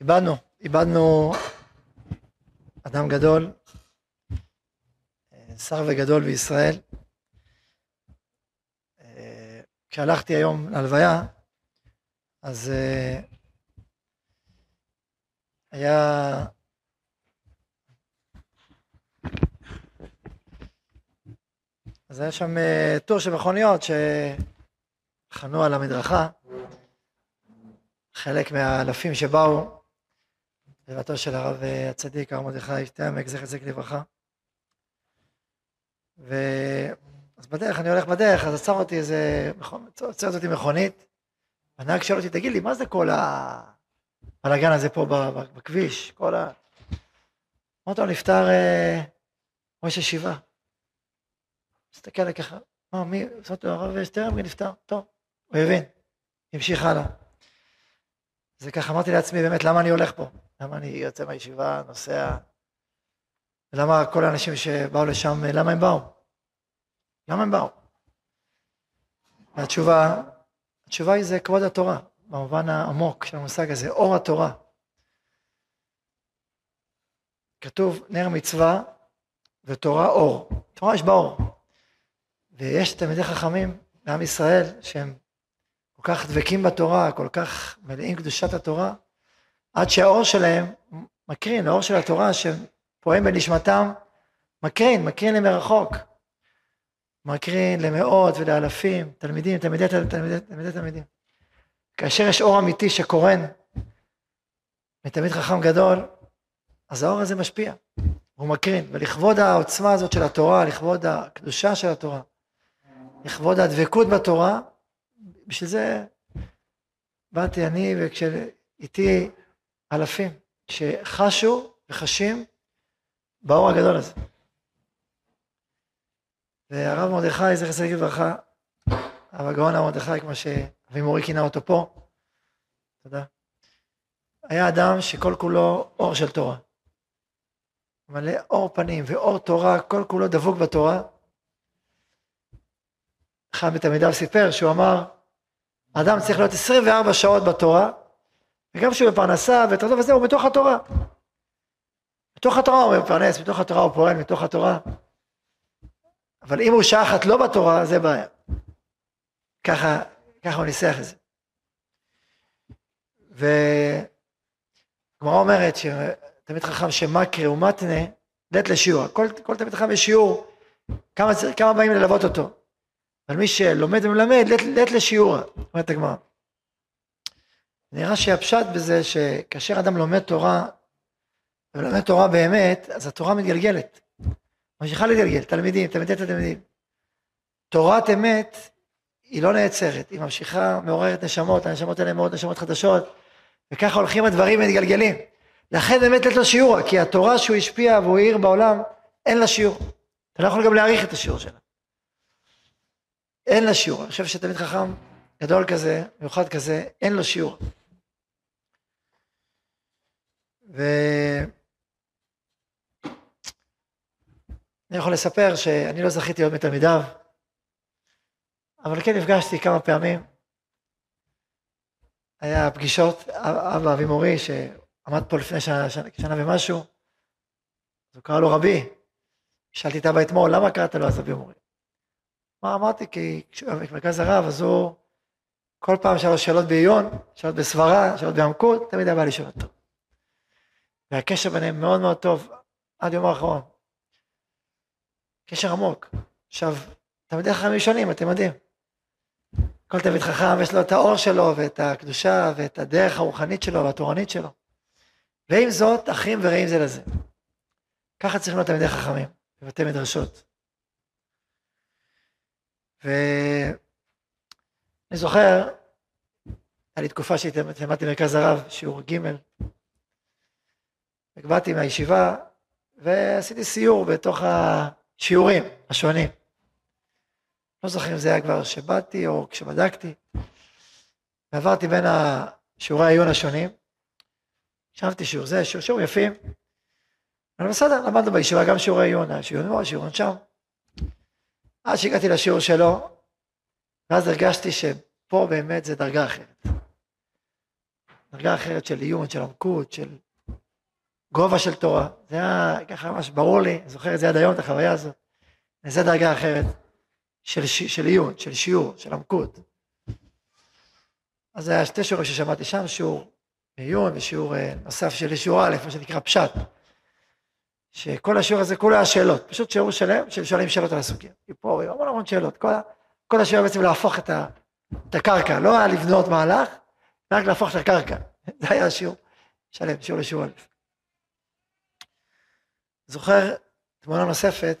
איבדנו אדם גדול, שר וגדול בישראל. כשהלכתי היום להלוויה, אז היה שם טור של מכוניות שחנו על המדרכה. חלק מהאלפים שבאו לבתו של הרב הצדיק הרב מרדכי שטרמק זכר צדיק לברכה. אז בדרך, אני הולך בדרך, אז עצר אותי עצרת אותי מכונית. הנהג שואל אותי, תגיד לי, מה זה כל הבלגן הזה פה בכביש? אמרתי לו, נפטר ראש ישיבה. מסתכל עלי ככה, מי? עושות לו, הרב שטרמק נפטר, טוב, הוא הבין, המשיך הלאה. זה ככה, אמרתי לעצמי, באמת, למה אני הולך פה? למה אני יוצא מהישיבה, נוסע? ולמה כל האנשים שבאו לשם, למה הם באו? למה הם באו? והתשובה היא זה כבוד התורה, במובן העמוק של המושג הזה, אור התורה. כתוב נר מצווה ותורה אור. תורה יש באור. ויש תלמידי חכמים בעם ישראל שהם כל כך דבקים בתורה, כל כך מלאים קדושת התורה, עד שהאור שלהם מקרין, האור של התורה שפועם בנשמתם, מקרין למרחוק. מקרין למאות ולאלפים, תלמידים. כאשר יש אור אמיתי שקורן מתלמיד חכם גדול, אז האור הזה משפיע, הוא מקרין, ולכבוד העוצמה הזאת של התורה, לכבוד הקדושה של התורה, לכבוד הדבקות בתורה, בשביל זה באתי אני וכשאיתי אלפים שחשו וחשים באור הגדול הזה. והרב מרדכי זכר צדיק לברכה, הרב הגאון הרב מרדכי, כמו שאבי מורי כינה אותו פה, תודה, היה אדם שכל כולו אור של תורה, מלא אור פנים ואור תורה, כל כולו דבוק בתורה. אחד מתלמידיו סיפר שהוא אמר, האדם צריך להיות 24 שעות בתורה, וגם שהוא בפרנסה וטוב וזה, הוא בתוך התורה. בתוך התורה הוא מפרנס, בתוך התורה הוא פועל, מתוך התורה. אבל אם הוא שעה אחת לא בתורה, זה בעיה. ככה הוא ניסח את זה. והגמרא אומרת שתלמיד חכם שמקרא ומתנה, לית לשיעור. כל תלמיד חכם יש שיעור, כמה באים ללוות אותו. אבל מי שלומד ומלמד, לית לשיעור, אומרת הגמרא. נראה שהפשט בזה שכאשר אדם לומד תורה, ולומד תורה באמת, אז התורה מתגלגלת. ממשיכה להתגלגל, תלמידים. תורת אמת היא לא נעצרת, היא ממשיכה, מעוררת נשמות, הנשמות האלה מאוד נשמות חדשות, וככה הולכים הדברים ומתגלגלים. לכן באמת לתת לו שיעור, כי התורה שהוא השפיע והוא העיר בעולם, אין לה שיעור. אתה לא יכול גם להעריך את השיעור שלה. אין לה שיעור. אני חושב שתלמיד חכם גדול כזה, מיוחד כזה, אין לו שיעור. אני יכול לספר שאני לא זכיתי להיות מתלמידיו, אבל כן נפגשתי כמה פעמים. היה פגישות, אבא אבי מורי שעמד פה לפני שנה ומשהו, אז הוא קרא לו רבי. שאלתי את אבא אתמול, למה קראת לו אז אבי מורי? מה אמרתי? כי כשהוא במרכז הרב, אז הוא כל פעם שאלו שאלות בעיון, שאלות בסברה, שאלות בעמקות, תמיד היה בא לשאול אותו. והקשר ביניהם מאוד מאוד טוב, עד יום האחרון. קשר עמוק. עכשיו, תלמידי חכמים ראשונים, אתם יודעים. כל תלמיד חכם יש לו את האור שלו, ואת הקדושה, ואת הדרך הרוחנית שלו, והתורנית שלו. ועם זאת, אחים ורעים זה לזה. ככה צריכים להיות תלמידי חכמים, בבתי מדרשות. ואני זוכר, היה לי תקופה שהתלמדתי במרכז הרב, שיעור ג', ובאתי מהישיבה, ועשיתי סיור בתוך השיעורים השונים. לא זוכר אם זה היה כבר שבאתי או כשבדקתי, ועברתי בין השיעורי העיון השונים, שבתי שיעור זה, שיעור יפים, אבל בסדר, למדנו בישיבה גם שיעורי עיון, שיעורים שם. עד שהגעתי לשיעור שלו, ואז הרגשתי שפה באמת זה דרגה אחרת. דרגה אחרת של עיון, של עמקות, של גובה של תורה. זה היה ככה ממש ברור לי, אני זוכר את זה עד היום, את החוויה הזאת. זו דרגה אחרת של עיון, של שיעור, של עמקות. אז זה היה שתי שיעורים ששמעתי שם, שיעור עיון ושיעור נוסף של שיעור א', מה שנקרא פשט. שכל השיעור הזה כולו היה שאלות, פשוט שיעור שלם של שואלים שאלות על הסוגיה. היפורים, המון שאלות. כל השיעור בעצם להפוך את הקרקע, לא היה לבנות מהלך, רק להפוך את הקרקע. זה היה שיעור שלם, שיעור לשיעור א'. זוכר תמונה נוספת,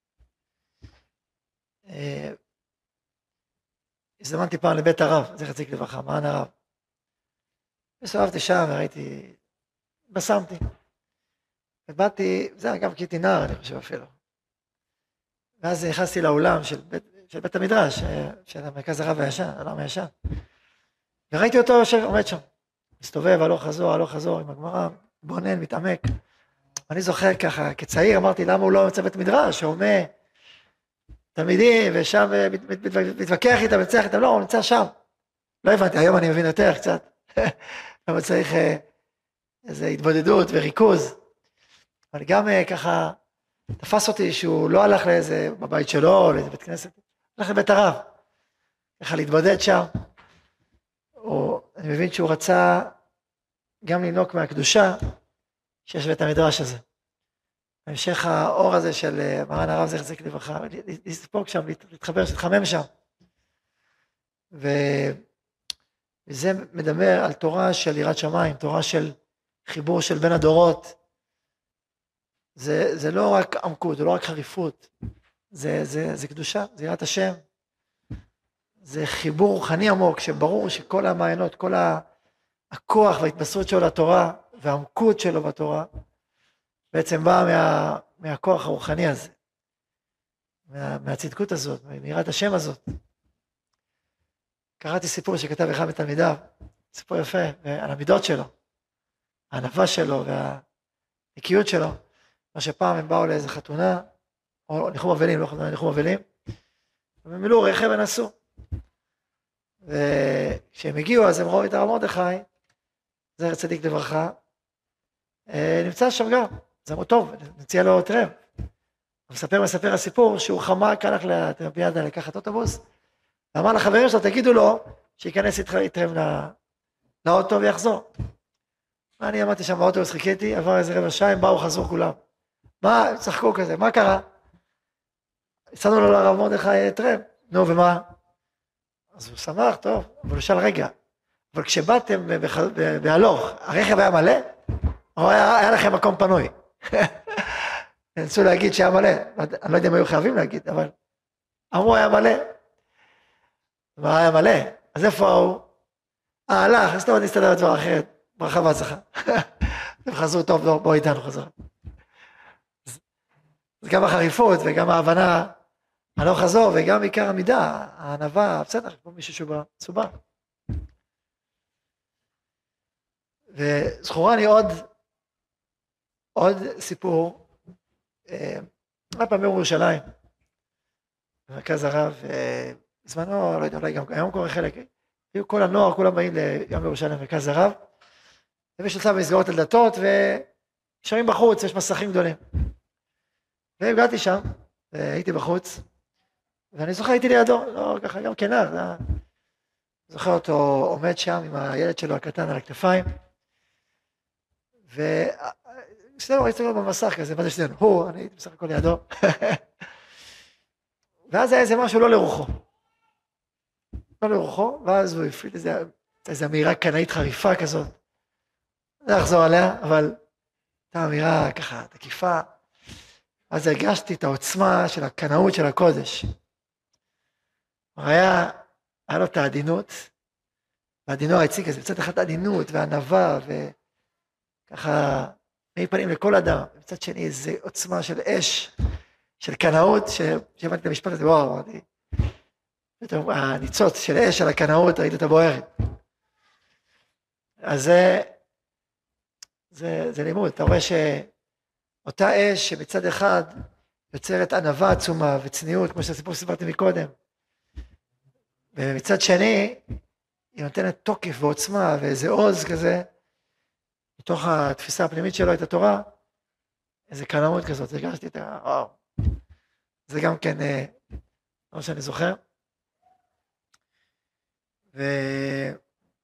הזדמנתי פעם לבית הרב, זכר צדיק לברכה, מרן הרב. הסתובבתי שם וראיתי, בסמתי. ובאתי, זה גם כי הייתי נער, אני חושב אפילו. ואז נכנסתי לאולם של בית המדרש, של המרכז הרב הישן, העולם הישן. וראיתי אותו עומד שם, מסתובב, הלוך חזור עם הגמרא, בונן, מתעמק. אני זוכר ככה, כצעיר אמרתי, למה הוא לא יוצא בית מדרש, הוא עומד תלמידים, ושם מתווכח איתם, מצליח איתם, לא, הוא נמצא שם. לא הבנתי, היום אני מבין יותר קצת. למה צריך איזו התבודדות וריכוז. אבל גם ככה, תפס אותי שהוא לא הלך לאיזה, בבית שלו, לאיזה בית כנסת, הלך לבית הרב. ככה להתבודד שם. אני מבין שהוא רצה גם לנוק מהקדושה, שיש בית המדרש הזה. בהמשך האור הזה של מרן הרב זכר צדיק לברכה, לספוק שם, להתחבר, להתחמם שם. וזה מדבר על תורה של יראת שמיים, תורה של חיבור של בין הדורות. זה לא רק עמקות, זה לא רק חריפות, זה קדושה, זה יראת השם. זה חיבור רוחני עמוק, שברור שכל המעיינות, כל הכוח וההתבשרות שלו לתורה, והעמקות שלו בתורה, בעצם באה מהכוח הרוחני הזה, מהצדקות הזאת, מיראת השם הזאת. קראתי סיפור שכתב אחד מתלמידיו, סיפור יפה, על המידות שלו, הענווה שלו והנקיות שלו, מה שפעם הם באו לאיזו חתונה, או ניחום אבלים, לא חתונה, ניחום אבלים, והם מילאו רכב ונסעו. וכשהם הגיעו, אז הם ראו את הרב מרדכי, זכר צדיק לברכה, נמצא שם גם, זה אמרו טוב, נציע לו טרמפ. מספר הסיפור שהוא חמק, הלך לטרמפיאדה לקחת אוטובוס, ואמר לחברים שלו, תגידו לו, שיכנס איתכם לאוטו ויחזור. אני עמדתי שם באוטובוס, חיכיתי, עבר איזה רבע שעה, הם באו, חזרו כולם. מה, צחקו כזה, מה קרה? הצענו לו לרב מרדכי טרמפ, נו ומה? אז הוא שמח, טוב, אבל הוא שאל רגע, אבל כשבאתם בהלוך, הרכב היה מלא? או היה לכם מקום פנוי? ננסו להגיד שהיה מלא, אני לא יודע אם היו חייבים להגיד, אבל אמרו היה מלא. מה היה מלא? אז איפה הוא? הלך, אז טוב, נסתדר בדבר אחרת, ברכה והצלחה. הם חזרו טוב, בואו איתנו חזרה. אז גם החריפות וגם ההבנה, הלוך חזור, וגם עיקר המידה, הענווה, בסדר, כמו מישהו שהוא בסובה. וזכורה לי עוד סיפור, הרבה פעמים בירושלים, במרכז הרב, בזמנו, לא יודע, אולי גם היום קורה חלק, היו כל הנוער, כולם באים גם בירושלים, במרכז הרב, ויש יוצא במסגרות הדלתות, ונשארים בחוץ, יש מסכים גדולים. והגעתי שם, והייתי בחוץ, ואני זוכר, הייתי לידו, לא ככה, גם כנער, זוכר אותו עומד שם עם הילד שלו הקטן על הכתפיים, ושנינו הייתי לו במסך כזה, מה זה שנינו? הוא, אני הייתי בסך הכל לידו. ואז היה איזה משהו לא לרוחו, ואז הוא הפעיל איזו אמירה קנאית חריפה כזאת. לא אחזור עליה, אבל הייתה אמירה ככה, תקיפה. אז הרגשתי את העוצמה של הקנאות של הקודש. היה לו את העדינות, והעדינות הציג הזה, בצד אחד העדינות והענווה, וככה מי פנים לכל אדם, בצד שני איזו עוצמה של אש, של קנאות, שהבנתי את המשפט הזה, וואו, הניצוץ של אש על הקנאות, ראיתי את הבוערת. אז זה לימוד, אתה רואה שאותה אש שבצד אחד יוצרת ענווה עצומה וצניעות, כמו שהסיפור שסיפרתי מקודם, ומצד שני היא נותנת תוקף ועוצמה ואיזה עוז כזה, מתוך התפיסה הפנימית שלו את התורה, איזה קנאות כזאת, הרגשתי את וואו. זה גם כן, מה שאני זוכר. ואני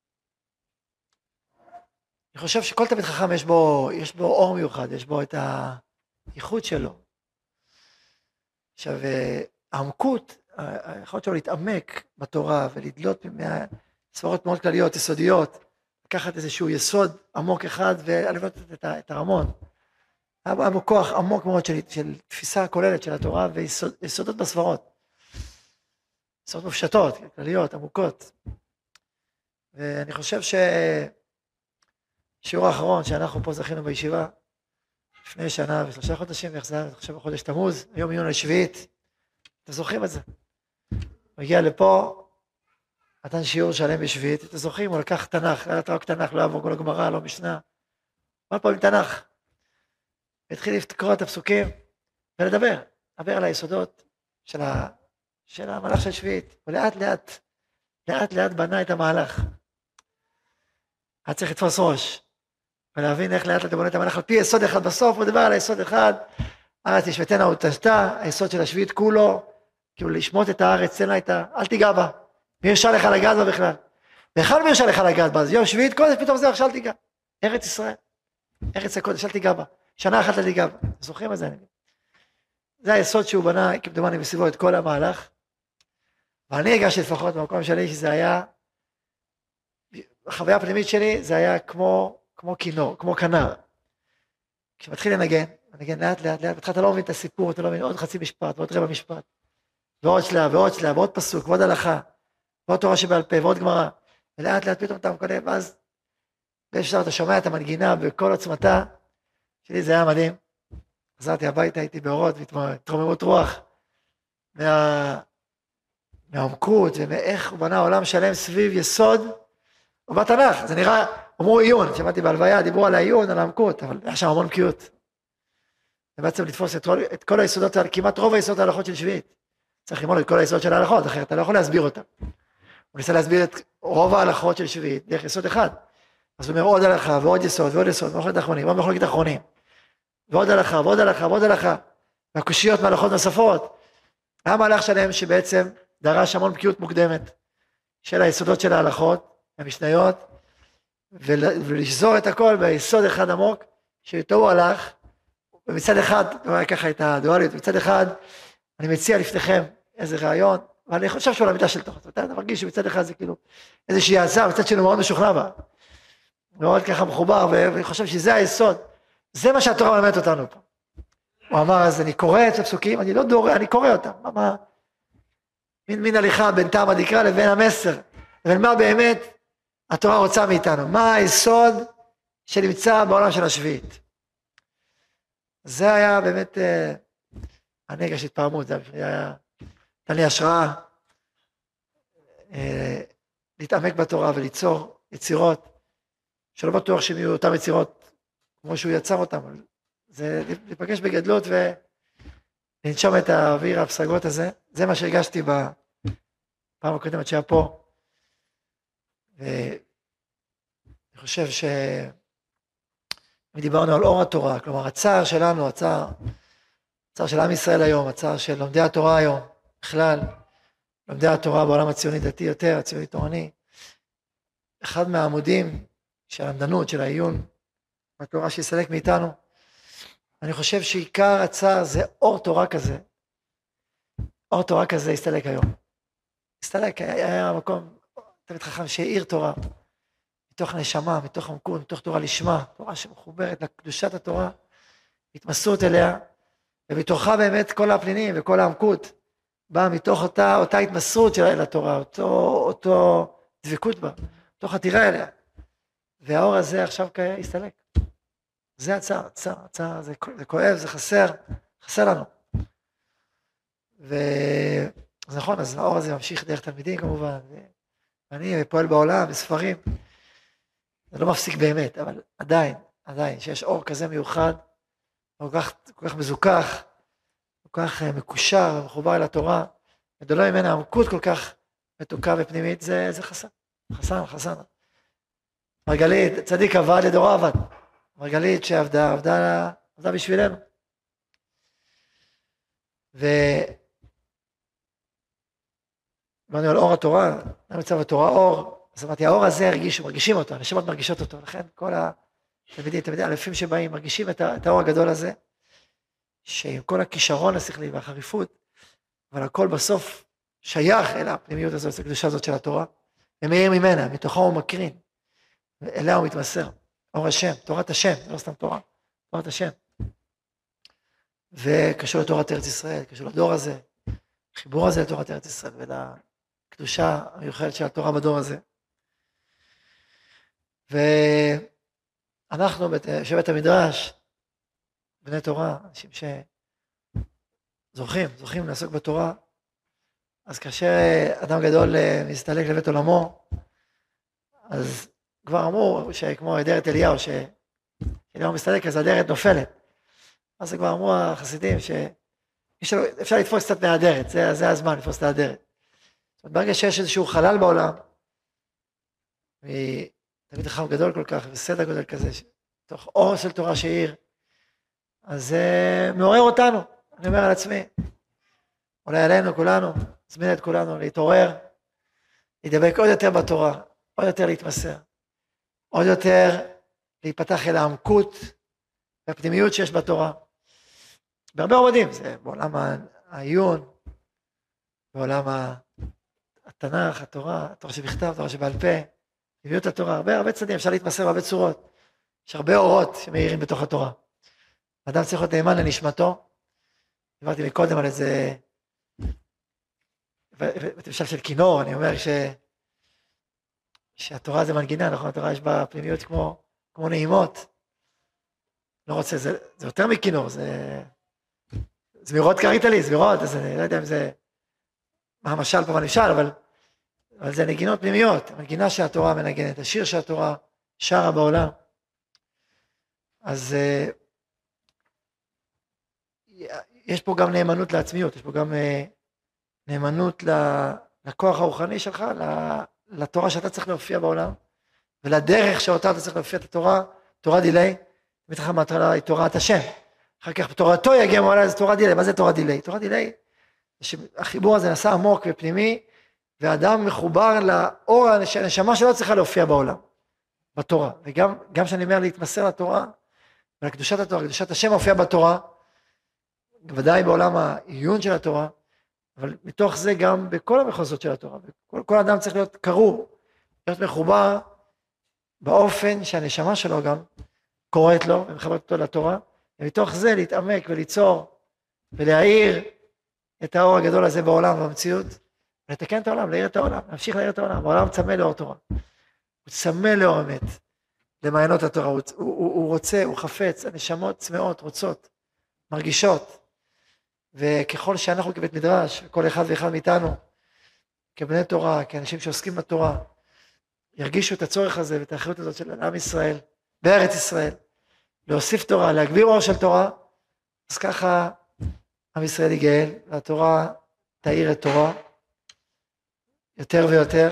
חושב שכל תלמיד חכם יש בו אור מיוחד, יש בו את הייחוד שלו. עכשיו, העמקות, היכולת שלו להתעמק בתורה ולדלות מהסברות מאוד כלליות, יסודיות, לקחת איזשהו יסוד עמוק אחד ולבנות את הרמון. היה בו כוח עמוק מאוד של תפיסה כוללת של התורה ויסודות בסברות. יסודות מופשטות, כלליות, עמוקות. ואני חושב שיעור האחרון שאנחנו פה זכינו בישיבה, לפני שנה ו3 חודשים, ואיך זה היה, אני חושב בחודש תמוז, היום עיון לשביעית, אתם זוכרים את זה? הוא הגיע לפה, נתן שיעור שלם בשביעית, אתם זוכרים? הוא לקח תנ"ך, היה רק תנ"ך, לא עבור כל הגמרא, לא משנה, כל פעם עם תנ"ך, והתחיל לקרוא את הפסוקים, ולדבר על היסודות של המהלך של שביעית, ולאט לאט בנה את המהלך. היה צריך לתפוס ראש, ולהבין איך לאט לאט בונה את המהלך, על פי יסוד אחד בסוף, הוא דבר על היסוד אחד, הארץ ישבתנה ותשתה, היסוד של השביעית כולו, כאילו לשמוט את הארץ, אל תיגע בה, מי הרשה לך לגעת בה בכלל? ואחד מי הרשה לך לגעת בה, אז יום שביעית קודש, פתאום זה עכשיו אל תיגע, ארץ ישראל, ארץ הקודש, אל תיגע בה, שנה אחת תיגע בה, זוכרים את זה? זה היסוד שהוא בנה, כמדומני בסביבו את כל המהלך, ואני הגשתי לפחות במקום שלי, שזה היה, החוויה הפנימית שלי, זה היה כמו כינור, כמו כנר. כשמתחיל לנגן לאט, בתחילה אתה לא מבין את הסיפור, אתה לא מבין עוד חצי משפט, ועוד רבע משפט, ועוד שלב, ועוד פסוק, ועוד הלכה, ועוד תורה שבעל פה, ועוד גמרא, ולאט פתאום אתה מקודם, ואז באיזשהו אתה שומע את המנגינה בכל עוצמתה, שלי זה היה מדהים. חזרתי הביתה, הייתי באורות, והתרוממות רוח, מהעמקות, ומאיך הוא בנה עולם שלם סביב יסוד, ובתנ"ך, זה נראה, אמרו עיון, שמעתי בהלוויה, דיברו על העיון, על העמקות, אבל היה שם המון בקיאות. ובעצם לתפוס את כל היסודות, כמעט רוב היסודות ההלכות של שביעית. צריך ללמוד את כל היסודות של ההלכות, אחרת אתה לא יכול להסביר אותם. הוא ניסה להסביר את רוב ההלכות של שביעית, דרך יסוד אחד. אז הוא אומר עוד הלכה, ועוד יסוד, ועוד יסוד, מחלוקת אחרונים, ועוד מחלוקת אחרונים. ועוד הלכה, ועוד הלכה. והקושיות מהלכות נוספות. היה מהלך שלם שבעצם דרש המון בקיאות מוקדמת של היסודות של ההלכות, המשניות, ולשזור את הכל ביסוד אחד עמוק, שאיתו הוא הלך, ומצד אחד, לא ככה את הדואליות, מצד אחד, אני מציע לפניכם איזה רעיון, ואני חושב שהוא למידה של תוכן, אתה מרגיש שמצד אחד זה כאילו איזושהי הצעה, מצד שני מאוד משוכנע בה, מאוד ככה מחובר, ואני חושב שזה היסוד, זה מה שהתורה מלמדת אותנו פה. הוא אמר, אז אני קורא את הפסוקים, אני לא דורא, אני קורא אותם, מין הליכה בין טעם הדקרא לבין המסר, אבל מה באמת התורה רוצה מאיתנו, מה היסוד שנמצא בעולם של השביעית. זה היה באמת, אני הגשתי התפעמות, זה היה, נתן לי השראה, להתעמק בתורה וליצור יצירות, שלא בטוח שהם יהיו אותם יצירות, כמו שהוא יצר אותם, זה להיפגש בגדלות ולנשום את האוויר הפסגות הזה, זה מה שהרגשתי בפעם הקודמת שהיה פה, ואני חושב דיברנו על אור התורה, כלומר הצער שלנו, הצער של עם ישראל היום, הצער של לומדי התורה היום, בכלל, לומדי התורה בעולם הציוני דתי יותר, הציוני תורני, אחד מהעמודים של העמדנות, של העיון, בתורה שיסלק מאיתנו, אני חושב שעיקר הצער זה אור תורה כזה, אור תורה כזה יסתלק היום, יסתלק, היה מקום, תמיד חכם שהעיר תורה, מתוך נשמה, מתוך עמקות, מתוך תורה לשמה, תורה שמחוברת לקדושת התורה, התמסרות אליה, ומתוכה באמת כל הפנינים וכל העמקות, באה מתוך אותה התמסרות של התורה, אותו דבקות בה, אותו חתירה אליה, והאור הזה עכשיו יסתלק. זה הצער, זה כואב, זה חסר לנו. אז נכון, אז האור הזה ממשיך דרך תלמידים כמובן, ואני פועל בעולם, בספרים, זה לא מפסיק באמת, אבל עדיין, שיש אור כזה מיוחד, כל כך מזוכח, כל כך מקושר, מחובר אל התורה, גדולה ממנה עמקות כל כך מתוקה ופנימית, זה חסר. חסן. מרגלית, צדיק עבד, לדורו עבד. מרגלית שעבדה בשבילנו. אמרנו על אור התורה, מצב התורה אור, אז אמרתי, האור הזה מרגישים אותו, הנשמות מרגישות אותו, לכן כל התלמידים, אלפים שבאים, מרגישים את האור הגדול הזה, שעם כל הכישרון השכלי והחריפות, אבל הכל בסוף שייך אל הפנימיות הזאת, הקדושה הזאת של התורה, ומאיר ממנה, מתוכו הוא מקרין, אליה הוא מתמסר, אור השם, תורת השם, זה לא סתם תורה, תורת השם. וקשור לתורת ארץ ישראל, קשור לדור הזה, חיבור הזה לתורת ארץ ישראל, ולקדושה המיוחדת של התורה בדור הזה. ואנחנו, שבט המדרש, בני תורה, אנשים שזוכים לעסוק בתורה, אז כאשר אדם גדול מסתלק לבית עולמו, אז כבר אמרו שכמו אדרת אליהו, שאליהו מסתלק אז אדרת נופלת. אז כבר אמרו החסידים שאפשר לתפוס קצת מהאדרת, זה הזמן לתפוס את האדרת. ברגע שיש איזשהו חלל בעולם, תמיד חכם גדול כל כך, וסדר גדול כזה, תוך אור של תורה שאיר, אז זה מעורר אותנו, אני אומר על עצמי, אולי עלינו כולנו, זמין את כולנו להתעורר, להידבק עוד יותר בתורה, עוד יותר להתמסר, עוד יותר להיפתח אל העמקות והפנימיות שיש בתורה. בהרבה עומדים, זה בעולם העיון, בעולם התנ"ך, התורה שבכתב, התורה שבעל פה, פנימיות התורה, הרבה צדדים, אפשר להתמסר בהרבה צורות, יש הרבה אורות שמאירים בתוך התורה. האדם צריך להיות נאמן לנשמתו, דיברתי מקודם על איזה, בתמשל של כינור, אני אומר שהתורה זה מנגינה, נכון? התורה יש בה פנימיות כמו נעימות, לא רוצה, זה יותר מכינור, זה זמירות קראת לי, זמירות, אז אני לא יודע אם זה, מה המשל פה בנמשל, אבל זה נגינות פנימיות, המנגינה שהתורה מנגנת, השיר שהתורה שרה בעולם. אז יש פה גם נאמנות לעצמיות, יש פה גם נאמנות לכוח הרוחני שלך, לתורה שאתה צריך להופיע בעולם, ולדרך שאותה אתה צריך להופיע את התורה, תורה דילי, מתחם מההתחלה היא תורת השם. אחר כך תורתו יגיע מעלה, זה תורה דילי. מה זה תורה דילי? תורה דילי, החיבור הזה נעשה עמוק ופנימי, והאדם מחובר לאור הנשמה שלא צריכה להופיע בעולם, בתורה. וגם שאני אומר להתמסר לתורה, ולקדושת התורה, קדושת השם מופיע בתורה, ודאי בעולם העיון של התורה, אבל מתוך זה גם בכל המחוזות של התורה. כל אדם צריך להיות קרוב, להיות מחובר באופן שהנשמה שלו גם קוראת לו ומחברת אותו לתורה, ומתוך זה להתעמק וליצור ולהאיר את האור הגדול הזה בעולם ובמציאות, ולתקן את העולם, להאיר את העולם, להמשיך להאיר את העולם. העולם צמא לאור תורה, הוא צמא לאור אמת, למעיינות התורה, הוא רוצה, הוא חפץ, הנשמות צמאות, רוצות, מרגישות, וככל שאנחנו כבית מדרש, כל אחד ואחד מאיתנו, כבני תורה, כאנשים שעוסקים בתורה, ירגישו את הצורך הזה ואת האחריות הזאת של עם ישראל, בארץ ישראל, להוסיף תורה, להגביר אור של תורה, אז ככה עם ישראל יגאל, והתורה תאיר את תורה, יותר ויותר,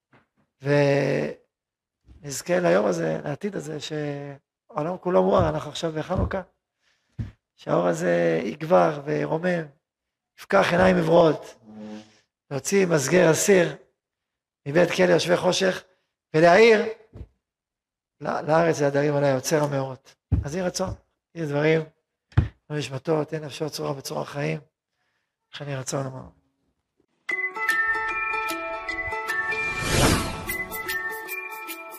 ונזכה ליום הזה, לעתיד הזה, שהעולם כולו מואר, אנחנו עכשיו בחנוכה, שהאור הזה יגבר ורומם, יפקח עיניים עברות, להוציא מסגר אסיר, מבית כלא יושבי חושך, ולהאיר לארץ להדרים עליה יוצר המאורות. אז יהי רצון, יהי דברים, לא נשמתו, תן נפשו צורה בצורה חיים, שאני רצון לומר.